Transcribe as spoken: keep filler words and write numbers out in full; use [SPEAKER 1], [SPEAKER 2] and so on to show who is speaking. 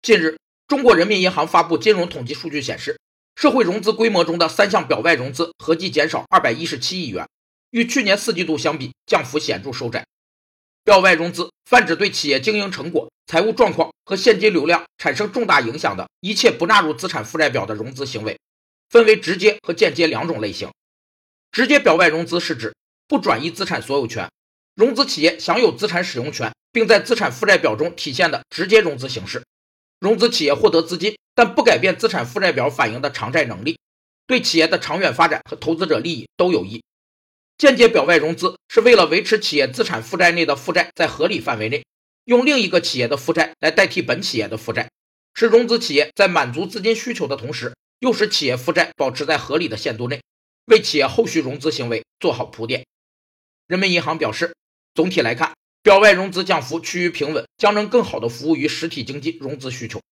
[SPEAKER 1] 近日，中国人民银行发布金融统计数据显示，社会融资规模中的三项表外融资合计减少二百一十七亿元，与去年四季度相比，降幅显著收窄。表外融资泛指对企业经营成果、财务状况和现金流量产生重大影响的一切不纳入资产负债表的融资行为，分为直接和间接两种类型。直接表外融资是指不转移资产所有权，融资企业享有资产使用权，并在资产负债表中体现的直接融资形式。融资企业获得资金，但不改变资产负债表反映的偿债能力，对企业的长远发展和投资者利益都有益。间接表外融资是为了维持企业资产负债内的负债在合理范围内，用另一个企业的负债来代替本企业的负债，使融资企业在满足资金需求的同时，又使企业负债保持在合理的限度内，为企业后续融资行为做好铺垫。人民银行表示，总体来看，表外融资降幅趋于平稳，将能更好地服务于实体经济融资需求。